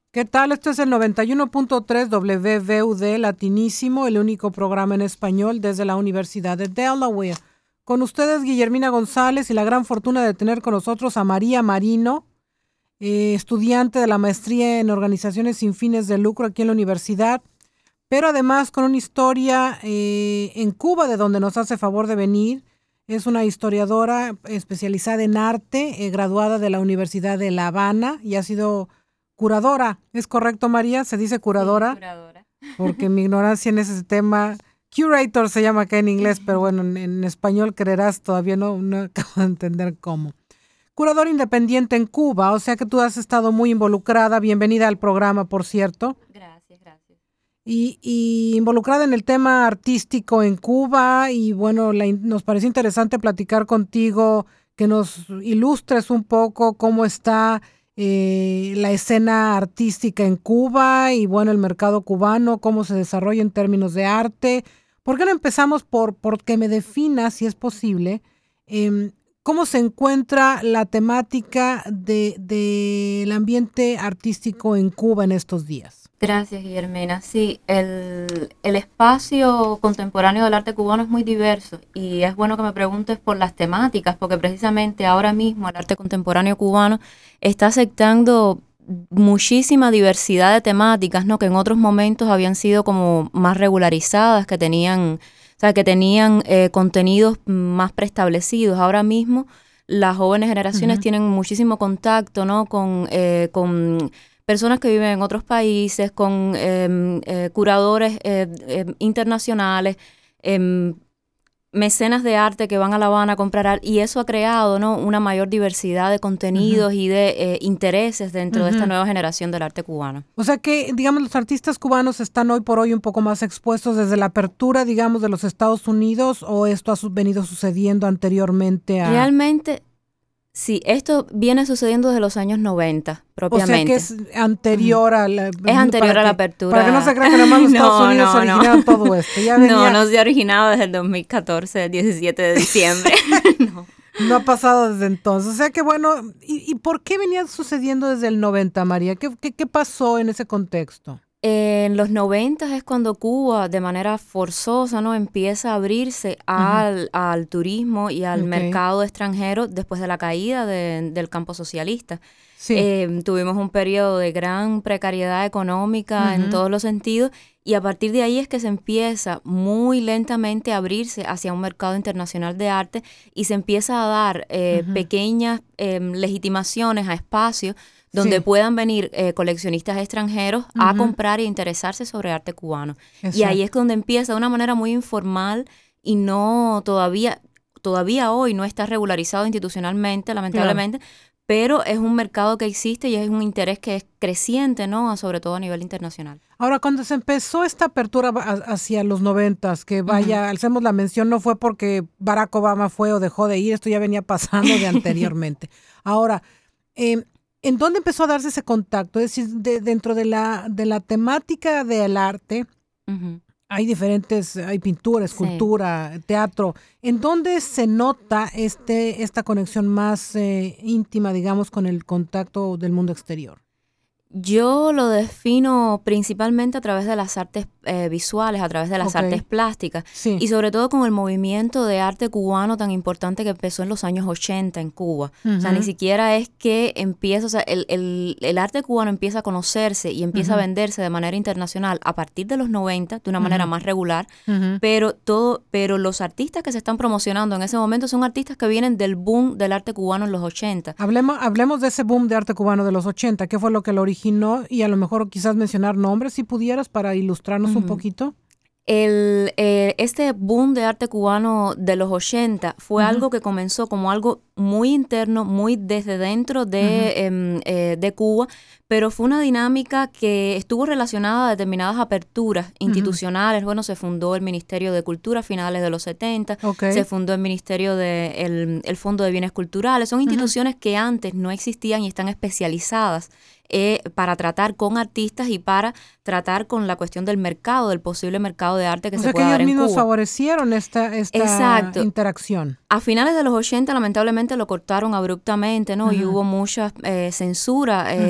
¿Qué tal? Este es el 91.3 WVUD Latinísimo, el único programa en español desde la Universidad de Delaware. Con ustedes, Guillermina González, y la gran fortuna de tener con nosotros a María Marino, estudiante de la maestría en organizaciones sin fines de lucro aquí en la universidad, pero además con una historia en Cuba, de donde nos hace favor de venir. Es una historiadora especializada en arte, graduada de la Universidad de La Habana y ha sido curadora. ¿Es correcto, María? ¿Se dice curadora? Sí, curadora. Porque mi ignorancia en ese tema, curator se llama acá en inglés, pero bueno, en español creerás, todavía no acabo de entender cómo. Curadora independiente en Cuba, o sea que tú has estado muy involucrada. Bienvenida al programa, por cierto. Gracias, gracias. Y involucrada en el tema artístico en Cuba y bueno, nos parece interesante platicar contigo, que nos ilustres un poco cómo está la escena artística en Cuba y bueno, el mercado cubano, cómo se desarrolla en términos de arte. ¿Por qué no empezamos por que me definas, si es posible, cómo se encuentra la temática del ambiente artístico en Cuba en estos días? Gracias, Guillermina. Sí, el espacio contemporáneo del arte cubano es muy diverso y es bueno que me preguntes por las temáticas, porque precisamente ahora mismo el arte contemporáneo cubano está aceptando muchísima diversidad de temáticas, ¿no? Que en otros momentos habían sido como más regularizadas, que tenían, o sea, que tenían contenidos más preestablecidos. Ahora mismo las jóvenes generaciones tienen muchísimo contacto, ¿no? Con personas que viven en otros países, con curadores internacionales, mecenas de arte que van a La Habana a comprar arte, y eso ha creado, ¿no? Una mayor diversidad de contenidos y de intereses dentro de esta nueva generación del arte cubano. O sea que, digamos, los artistas cubanos están hoy por hoy un poco más expuestos desde la apertura, digamos, de los Estados Unidos, ¿o esto ha venido sucediendo anteriormente a...? Realmente, sí, esto viene sucediendo desde los años 90, O sea que propiamente. es anterior a la... Es anterior a la apertura. Para que no se crea que nada más los Estados Unidos originaron todo esto. Ya venía, No se ha originado desde el 2014, el 17 de diciembre. No. no ha pasado desde entonces. O sea que bueno, ¿y por qué venía sucediendo desde el 90, María? ¿Qué pasó en ese contexto? En los 90 es cuando Cuba, de manera forzosa, ¿no? Empieza a abrirse al turismo y al mercado extranjero después de la caída del campo socialista. Sí. Tuvimos un periodo de gran precariedad económica en todos los sentidos, y a partir de ahí es que se empieza muy lentamente a abrirse hacia un mercado internacional de arte y se empieza a dar pequeñas legitimaciones a espacios donde puedan venir coleccionistas extranjeros a comprar e interesarse sobre arte cubano. Exacto. Y ahí es donde empieza de una manera muy informal y no todavía hoy no está regularizado institucionalmente, lamentablemente, pero es un mercado que existe y es un interés que es creciente, ¿no? Sobre todo a nivel internacional. Ahora, cuando se empezó esta apertura hacia los 90s, que vaya, hacemos la mención, no fue porque Barack Obama fue o dejó de ir, esto ya venía pasando de anteriormente. Ahora, ¿en dónde empezó a darse ese contacto? Es decir, dentro de la temática del arte, hay diferentes, hay pintura, escultura, teatro. ¿En dónde se nota esta conexión más íntima, digamos, con el contacto del mundo exterior? Yo lo defino principalmente a través de las artes visuales, a través de las artes plásticas, y sobre todo con el movimiento de arte cubano tan importante que empezó en los años 80 en Cuba. O sea, ni siquiera es que empieza, o sea, el arte cubano empieza a conocerse y empieza a venderse de manera internacional a partir de los 90, de una manera más regular, pero los artistas que se están promocionando en ese momento son artistas que vienen del boom del arte cubano en los 80. Hablemos de ese boom de arte cubano de los 80, ¿qué fue lo que lo originó? Y a lo mejor quizás mencionar nombres, si pudieras, para ilustrarnos un poquito. Este boom de arte cubano de los 80 fue algo que comenzó como algo muy interno, muy desde dentro de Cuba, pero fue una dinámica que estuvo relacionada a determinadas aperturas institucionales. Bueno, se fundó el Ministerio de Cultura a finales de los 70, se fundó el Ministerio el Fondo de Bienes Culturales. Son instituciones que antes no existían y están especializadas para tratar con artistas y para tratar con la cuestión del mercado, del posible mercado de arte que se pueda dar en Cuba. O sea que ellos mismos favorecieron esta interacción. A finales de los 80, lamentablemente, lo cortaron abruptamente, ¿no? Y hubo mucha censura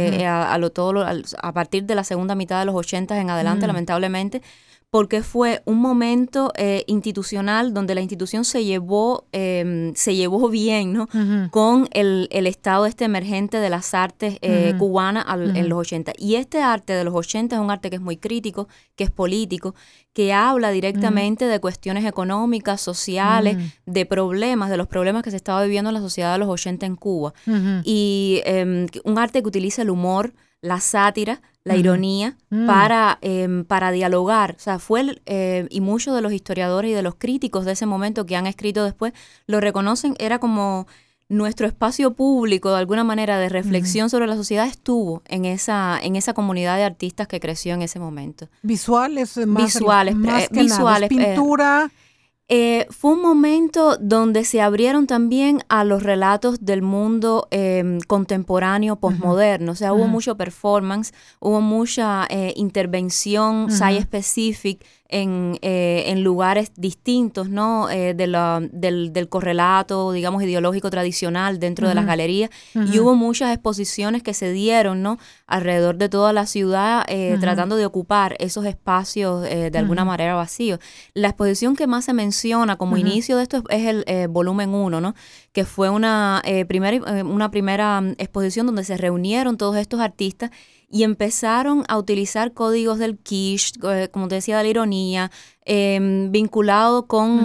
a partir de la segunda mitad de los 80 en adelante, lamentablemente, porque fue un momento institucional donde la institución se llevó bien, ¿no? Con el estado emergente de las artes cubanas en los 80. Y este arte de los 80 es un arte que es muy crítico, que es político, que habla directamente de cuestiones económicas, sociales, de los problemas que se estaba viviendo en la sociedad de los 80 en Cuba. Y un arte que utiliza el humor, la sátira, la ironía, para dialogar. O sea, y muchos de los historiadores y de los críticos de ese momento que han escrito después lo reconocen, era como nuestro espacio público, de alguna manera, de reflexión sobre la sociedad, estuvo en esa comunidad de artistas que creció en ese momento. Visuales, visuales, pintura. Fue un momento donde se abrieron también a los relatos del mundo contemporáneo, posmoderno. O sea, hubo mucho performance, hubo mucha intervención site-specific en lugares distintos, ¿no? Del correlato, digamos, ideológico tradicional dentro de las galerías. Y hubo muchas exposiciones que se dieron, ¿no? Alrededor de toda la ciudad, tratando de ocupar esos espacios de alguna manera vacíos. La exposición que más se menciona como inicio de esto es el volumen 1, ¿no? Que fue una primera exposición donde se reunieron todos estos artistas y empezaron a utilizar códigos del kitsch, como te decía, de la ironía, vinculado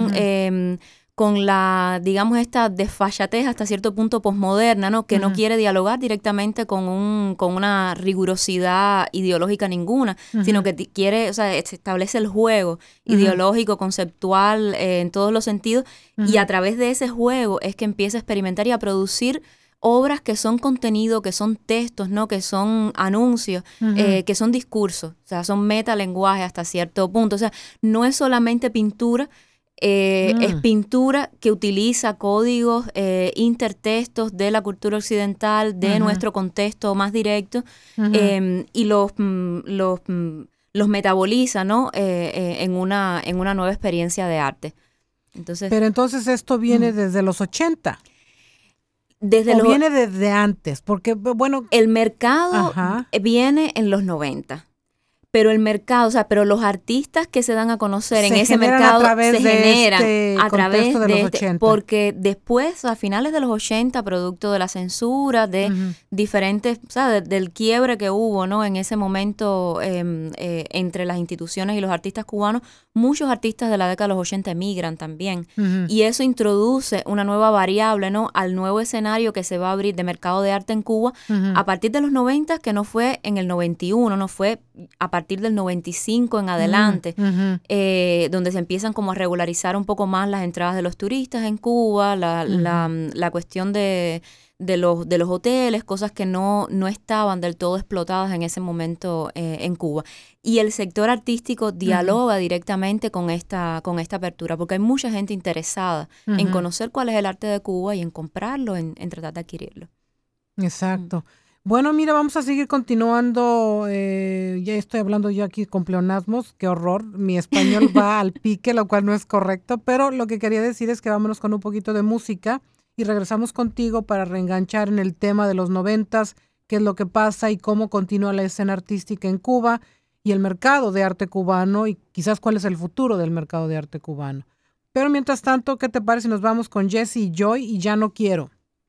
con la, digamos, esta desfachatez hasta cierto punto posmoderna, ¿no? Que no quiere dialogar directamente con una rigurosidad ideológica ninguna, sino que quiere, o sea, se establece el juego ideológico, conceptual, en todos los sentidos, y a través de ese juego es que empieza a experimentar y a producir obras que son contenido, que son textos, ¿no? Que son anuncios, que son discursos, o sea, son metalenguaje hasta cierto punto. O sea, no es solamente pintura, es pintura que utiliza códigos, intertextos de la cultura occidental, de nuestro contexto más directo, y los metaboliza, ¿no? En una nueva experiencia de arte. Pero entonces esto viene desde los 80. Viene desde antes, porque, bueno... El mercado viene en los 90. Pero el mercado, o sea, pero los artistas que se dan a conocer en ese mercado se generan a través de los 80. Porque después, a finales de los 80, producto de la censura, de diferentes, o sea, del quiebre que hubo, ¿no? En ese momento entre las instituciones y los artistas cubanos, muchos artistas de la década de los 80 emigran también. Y eso introduce una nueva variable, ¿no? Al nuevo escenario que se va a abrir de mercado de arte en Cuba a partir de los 90, que no fue en el 91, no fue a partir del 95 en adelante, donde se empiezan como a regularizar un poco más las entradas de los turistas en Cuba, la cuestión de los hoteles, cosas que no estaban del todo explotadas en ese momento en Cuba. Y el sector artístico dialoga directamente con esta apertura, porque hay mucha gente interesada en conocer cuál es el arte de Cuba y en comprarlo, en tratar de adquirirlo. Exacto. Bueno, mira, vamos a seguir continuando. Ya estoy hablando yo aquí con pleonasmos. Qué horror. Mi español va al pique, lo cual no es correcto. Pero lo que quería decir es que vámonos con un poquito de música y regresamos contigo para reenganchar en el tema de los 90s, qué es lo que pasa y cómo continúa la escena artística en Cuba y el mercado de arte cubano y quizás cuál es el futuro del mercado de arte cubano. Pero mientras tanto, ¿qué te parece si nos vamos con Jesse y Joy y Ya no quiero?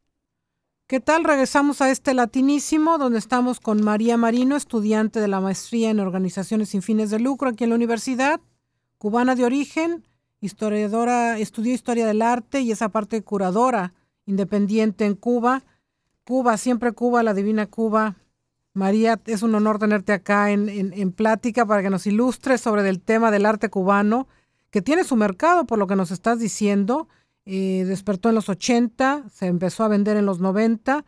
¿Qué tal? Regresamos a este Latinísimo, donde estamos con María Marino, estudiante de la maestría en Organizaciones sin fines de lucro aquí en la universidad, cubana de origen, historiadora, estudió Historia del Arte y esa parte curadora independiente en Cuba. Cuba, siempre Cuba, la divina Cuba. María, es un honor tenerte acá en plática para que nos ilustres sobre el tema del arte cubano, que tiene su mercado, por lo que nos estás diciendo. Despertó en los 80, se empezó a vender en los 90.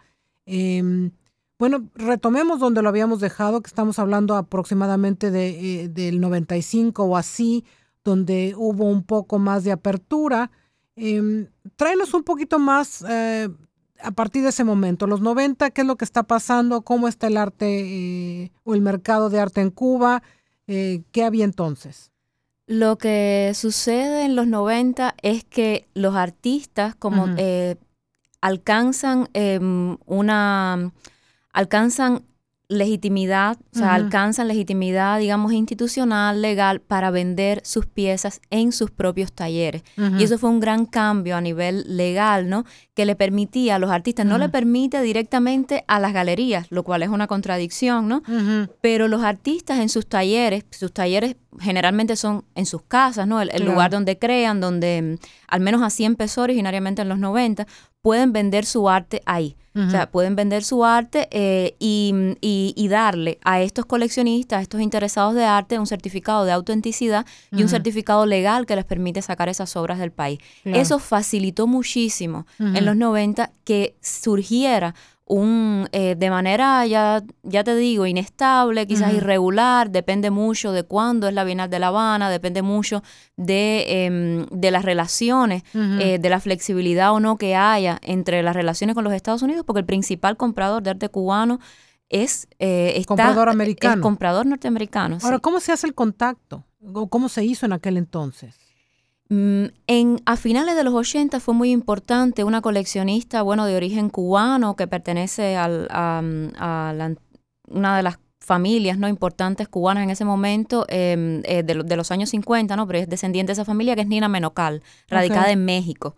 Bueno, retomemos donde lo habíamos dejado, que estamos hablando aproximadamente del 95 o así, donde hubo un poco más de apertura. Tráenos un poquito más a partir de ese momento, los 90, ¿qué es lo que está pasando? ¿Cómo está el arte o el mercado de arte en Cuba? ¿Qué había entonces? Lo que sucede en los 90 es que los artistas como alcanzan legitimidad, o sea, alcanzan legitimidad, digamos, institucional, legal, para vender sus piezas en sus propios talleres. Y eso fue un gran cambio a nivel legal, ¿no? Que le permitía a los artistas, no le permite directamente a las galerías, lo cual es una contradicción, ¿no? Pero los artistas en sus talleres generalmente son en sus casas, ¿no? El lugar donde crean, donde al menos así empezó originariamente en los 90, pueden vender su arte ahí. O sea, pueden vender su arte y darle a estos coleccionistas, a estos interesados de arte, un certificado de autenticidad y un certificado legal que les permite sacar esas obras del país. Claro. Eso facilitó muchísimo en los 90 que surgiera de manera, ya te digo, inestable, quizás irregular, depende mucho de cuándo es la Bienal de La Habana, depende mucho de las relaciones, de la flexibilidad o no que haya entre las relaciones con los Estados Unidos, porque el principal comprador de arte cubano es comprador americano. Es comprador norteamericano. Ahora, sí. ¿cómo se hace el contacto? ¿O cómo se hizo en aquel entonces? A finales de los 80 fue muy importante una coleccionista, de origen cubano que pertenece a una de las familias no importantes cubanas en ese momento, de los años 50, ¿no? Pero es descendiente de esa familia, que es Nina Menocal, radicada en México.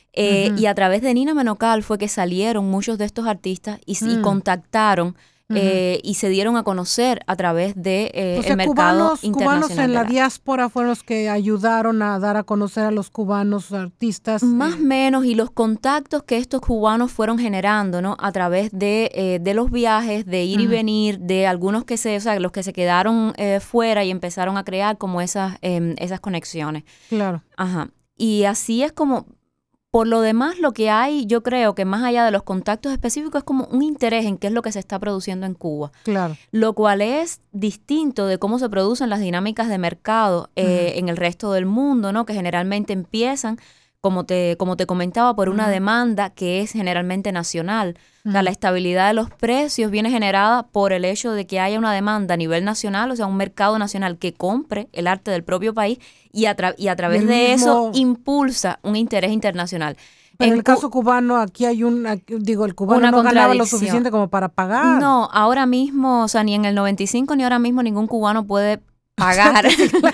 Y a través de Nina Menocal fue que salieron muchos de estos artistas y contactaron y se dieron a conocer a través de el mercado internacional. Cubanos en la diáspora fueron los que ayudaron a dar a conocer a los cubanos artistas. Más o menos, y los contactos que estos cubanos fueron generando, ¿no? A través de los viajes, de ir y venir, de algunos los que se quedaron fuera y empezaron a crear como esas conexiones. Claro. Ajá. Y así es como... Por lo demás, lo que hay, yo creo que más allá de los contactos específicos, es como un interés en qué es lo que se está produciendo en Cuba. Claro. Lo cual es distinto de cómo se producen las dinámicas de mercado en el resto del mundo, ¿no? Que generalmente empiezan, como te comentaba, por una demanda que es generalmente nacional. O sea, la estabilidad de los precios viene generada por el hecho de que haya una demanda a nivel nacional, o sea, un mercado nacional que compre el arte del propio país y a través de eso impulsa un interés internacional. Pero en el caso cubano, aquí hay el cubano no ganaba lo suficiente como para pagar. No, ahora mismo, o sea, ni en el 95 ni ahora mismo ningún cubano puede pagar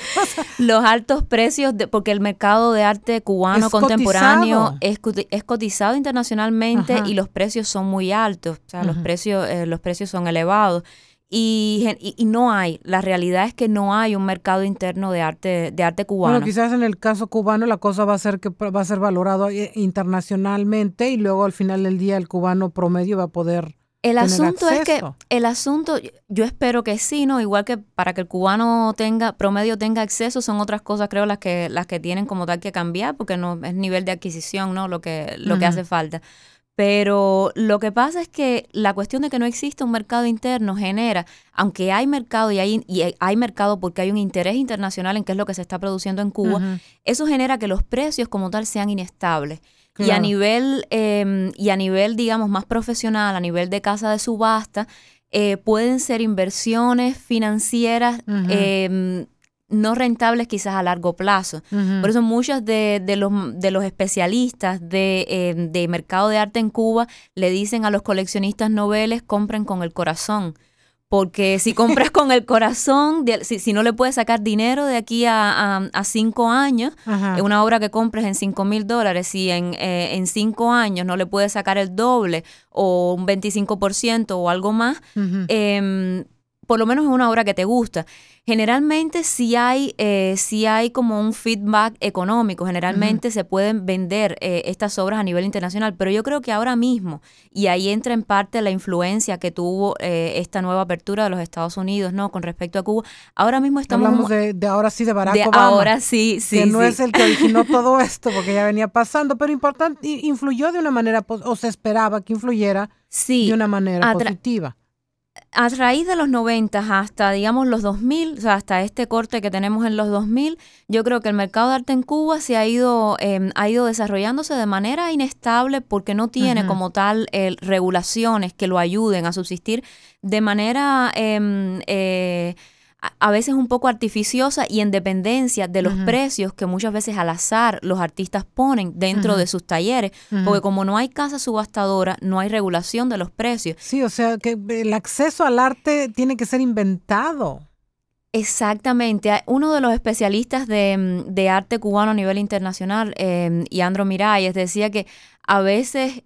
los altos precios porque el mercado de arte cubano contemporáneo es cotizado internacionalmente y los precios son muy altos, o sea, los precios son elevados y no hay, la realidad es que no hay un mercado interno de arte cubano. Bueno, quizás en el caso cubano la cosa va a ser que va a ser valorado internacionalmente y luego al final del día el cubano promedio va a poder El asunto es que, yo espero que sí, ¿no? Igual que para que el cubano promedio tenga acceso, son otras cosas, creo, las que tienen como tal que cambiar, porque no es nivel de adquisición, ¿no? Lo que hace falta. Pero lo que pasa es que la cuestión de que no existe un mercado interno genera, aunque hay mercado y hay mercado porque hay un interés internacional en qué es lo que se está produciendo en Cuba, eso genera que los precios como tal sean inestables. Claro. Y a nivel, digamos, más profesional, a nivel de casa de subasta, pueden ser inversiones financieras no rentables quizás a largo plazo. Por eso muchos de los especialistas de mercado de arte en Cuba le dicen a los coleccionistas noveles, compren con el corazón. Porque si compras con el corazón, si no le puedes sacar dinero de aquí a 5 años, una obra que compres en $5,000, si en 5 años no le puedes sacar el doble o un 25% o algo más, por lo menos es una obra que te gusta. Generalmente sí hay como un feedback económico, generalmente se pueden vender estas obras a nivel internacional, pero yo creo que ahora mismo, y ahí entra en parte la influencia que tuvo esta nueva apertura de los Estados Unidos, ¿no? Con respecto a Cuba, ahora mismo estamos... Hablamos de ahora sí de Barack Obama. Ahora sí. Que no es el que originó todo esto, porque ya venía pasando, pero influyó de una manera, o se esperaba que influyera de una manera positiva. A raíz de los 90 hasta, digamos, los 2000, o sea, hasta este corte que tenemos en los 2000, yo creo que el mercado de arte en Cuba se ha ido desarrollándose de manera inestable porque no tiene como tal regulaciones que lo ayuden a subsistir de manera a veces un poco artificiosa y en dependencia de los precios que muchas veces al azar los artistas ponen dentro de sus talleres, porque como no hay casa subastadora, no hay regulación de los precios. Sí, o sea que el acceso al arte tiene que ser inventado. Exactamente. Uno de los especialistas de arte cubano a nivel internacional, Leandro Miralles, decía que a veces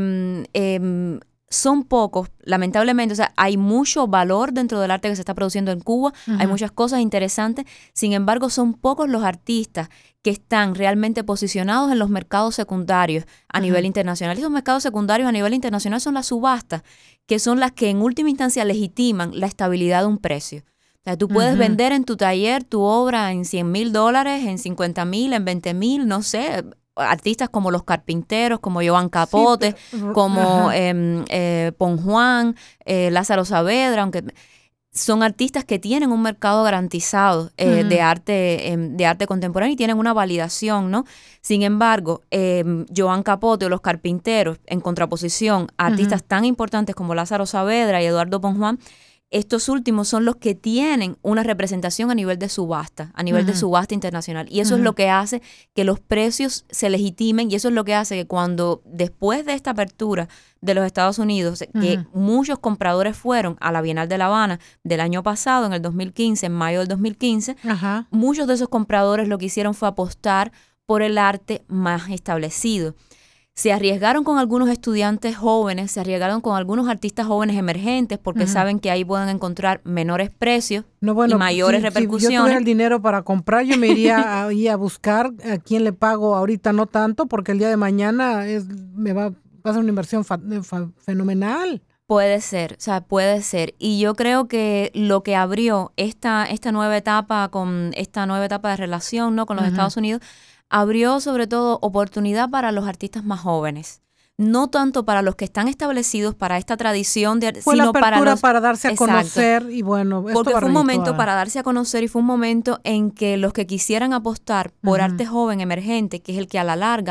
son pocos, lamentablemente, o sea, hay mucho valor dentro del arte que se está produciendo en Cuba, hay muchas cosas interesantes, sin embargo, son pocos los artistas que están realmente posicionados en los mercados secundarios a nivel internacional. Y esos mercados secundarios a nivel internacional son las subastas, que son las que en última instancia legitiman la estabilidad de un precio. O sea, tú puedes vender en tu taller tu obra en $100,000, en $50,000, en $20,000, no sé. Artistas como Los Carpinteros, como Joan Capote, como Pon Juan, Lázaro Saavedra, aunque son artistas que tienen un mercado garantizado de arte contemporáneo y tienen una validación, ¿no? Sin embargo, Joan Capote o Los Carpinteros, en contraposición a artistas tan importantes como Lázaro Saavedra y Eduardo Pon Juan, estos últimos son los que tienen una representación a nivel de subasta, de subasta internacional. Y eso es lo que hace que los precios se legitimen y eso es lo que hace que cuando después de esta apertura de los Estados Unidos, que muchos compradores fueron a la Bienal de La Habana del año pasado, en el 2015, en mayo del 2015, muchos de esos compradores lo que hicieron fue apostar por el arte más establecido. Se arriesgaron con algunos estudiantes jóvenes, se arriesgaron con algunos artistas jóvenes emergentes porque saben que ahí pueden encontrar menores precios y mayores repercusiones. Si yo tuviera el dinero para comprar, yo me iría ahí a buscar a quién le pago ahorita no tanto porque el día de mañana va a ser una inversión fenomenal. Puede ser, o sea, puede ser. Y yo creo que lo que abrió esta nueva etapa de relación, ¿no?, con los Estados Unidos, abrió sobre todo oportunidad para los artistas más jóvenes. No tanto para los que están establecidos para esta tradición de arte, sino para darse a conocer y bueno, esto porque fue un momento para darse a conocer y fue un momento en que los que quisieran apostar por arte joven emergente, que es el que a la larga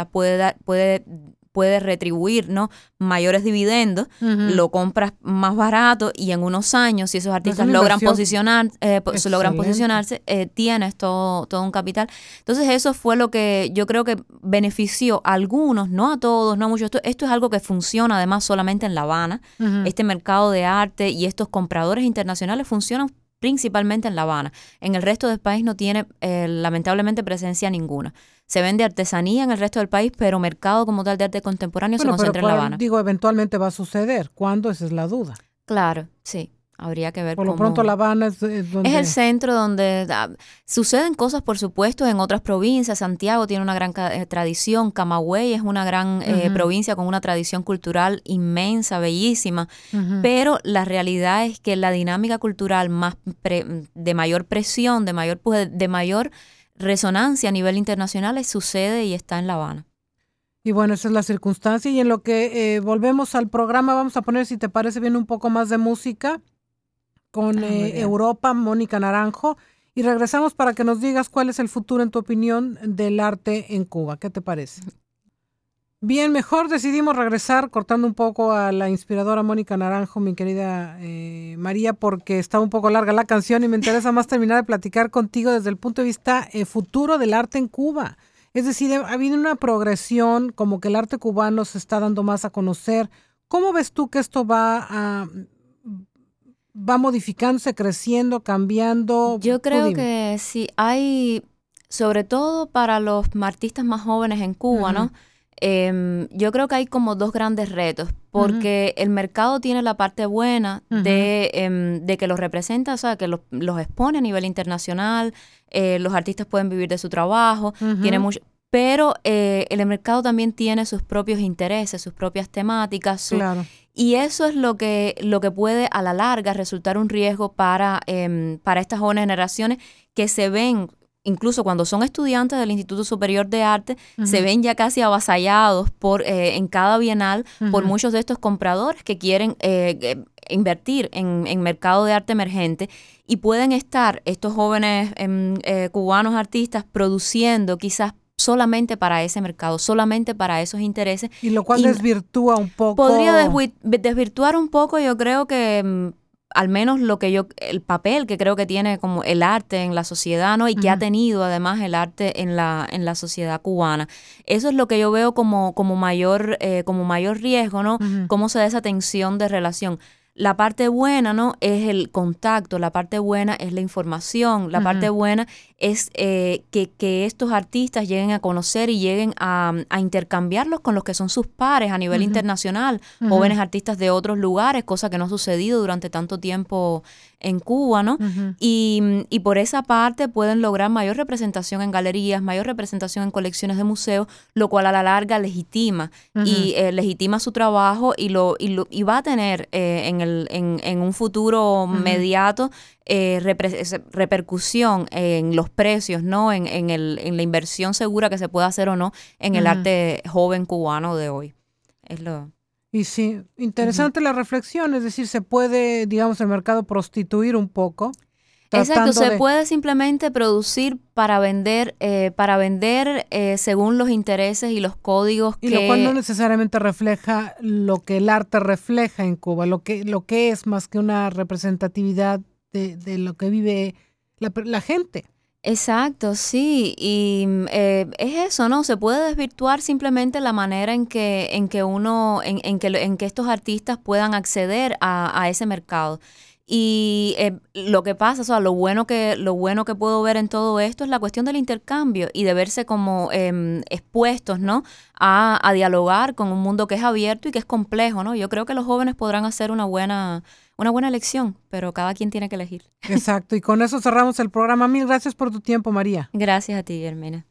puede retribuir, ¿no?, mayores dividendos, lo compras más barato y en unos años, si esos artistas logran posicionarse, tienes todo un capital. Entonces eso fue lo que yo creo que benefició a algunos, no a todos, no a muchos. Esto es algo que funciona además solamente en La Habana. Este mercado de arte y estos compradores internacionales funcionan principalmente en La Habana. En el resto del país no tiene lamentablemente presencia ninguna. Se vende artesanía en el resto del país, pero mercado como tal de arte contemporáneo se concentra en La Habana. Digo, eventualmente va a suceder. ¿Cuándo? Esa es la duda. Claro, sí. Habría que ver Por lo pronto La Habana es donde... Es el centro donde suceden cosas, por supuesto, en otras provincias. Santiago tiene una gran tradición. Camagüey es una gran provincia con una tradición cultural inmensa, bellísima. Pero la realidad es que la dinámica cultural de mayor presión, de mayor resonancia a nivel internacional sucede y está en La Habana. Y bueno, esa es la circunstancia. Y en lo que volvemos al programa, vamos a poner, si te parece bien, un poco más de música con Europa, Mónica Naranjo. Y regresamos para que nos digas cuál es el futuro, en tu opinión, del arte en Cuba. ¿Qué te parece? Bien, mejor decidimos regresar cortando un poco a la inspiradora Mónica Naranjo, mi querida María, porque está un poco larga la canción y me interesa más terminar de platicar contigo desde el punto de vista futuro del arte en Cuba. Es decir, ha habido una progresión, como que el arte cubano se está dando más a conocer. ¿Cómo ves tú que esto va modificándose, creciendo, cambiando? Yo creo que sí, hay, sobre todo para los artistas más jóvenes en Cuba, ¿no? Yo creo que hay como dos grandes retos, porque el mercado tiene la parte buena de que los representa, o sea, que los expone a nivel internacional, los artistas pueden vivir de su trabajo, tiene mucho, pero el mercado también tiene sus propios intereses, sus propias temáticas, y eso es lo que puede a la larga resultar un riesgo para estas jóvenes generaciones que se ven, incluso cuando son estudiantes del Instituto Superior de Arte, se ven ya casi avasallados en cada bienal por muchos de estos compradores que quieren invertir en mercado de arte emergente, y pueden estar estos jóvenes cubanos artistas produciendo quizás solamente para ese mercado, solamente para esos intereses. Y lo cual desvirtúa un poco. Podría desvirtuar un poco, yo creo que al menos el papel que creo que tiene como el arte en la sociedad, ¿no? Y que ha tenido además el arte en la sociedad cubana. Eso es lo que yo veo como mayor riesgo, ¿no? Cómo se da esa tensión de relación. La parte buena, ¿no? Es el contacto, la parte buena es la información, la parte buena es que estos artistas lleguen a conocer y lleguen a intercambiarlos con los que son sus pares a nivel internacional, jóvenes artistas de otros lugares, cosa que no ha sucedido durante tanto tiempo en Cuba, ¿no? Y por esa parte pueden lograr mayor representación en galerías, mayor representación en colecciones de museos, lo cual a la larga legitima y legitima su trabajo y va a tener en un futuro mediato repercusión en los precios, ¿no? En la inversión segura que se pueda hacer o no en el arte joven cubano de hoy. Es lo... Y sí, interesante la reflexión, es decir, se puede, digamos, el mercado prostituir un poco. Exacto, se puede simplemente producir para vender según los intereses y los códigos y lo cual no necesariamente refleja lo que el arte refleja en Cuba, lo que es más que una representatividad de lo que vive la gente. Exacto, sí, y es eso, ¿no? Se puede desvirtuar simplemente la manera en que estos artistas puedan acceder a ese mercado. Y lo que pasa, o sea, lo bueno que puedo ver en todo esto es la cuestión del intercambio y de verse como expuestos, ¿no? A dialogar con un mundo que es abierto y que es complejo, ¿no? Yo creo que los jóvenes podrán hacer una buena elección, pero cada quien tiene que elegir. Exacto, y con eso cerramos el programa. Mil gracias por tu tiempo, María. Gracias a ti, Hermina.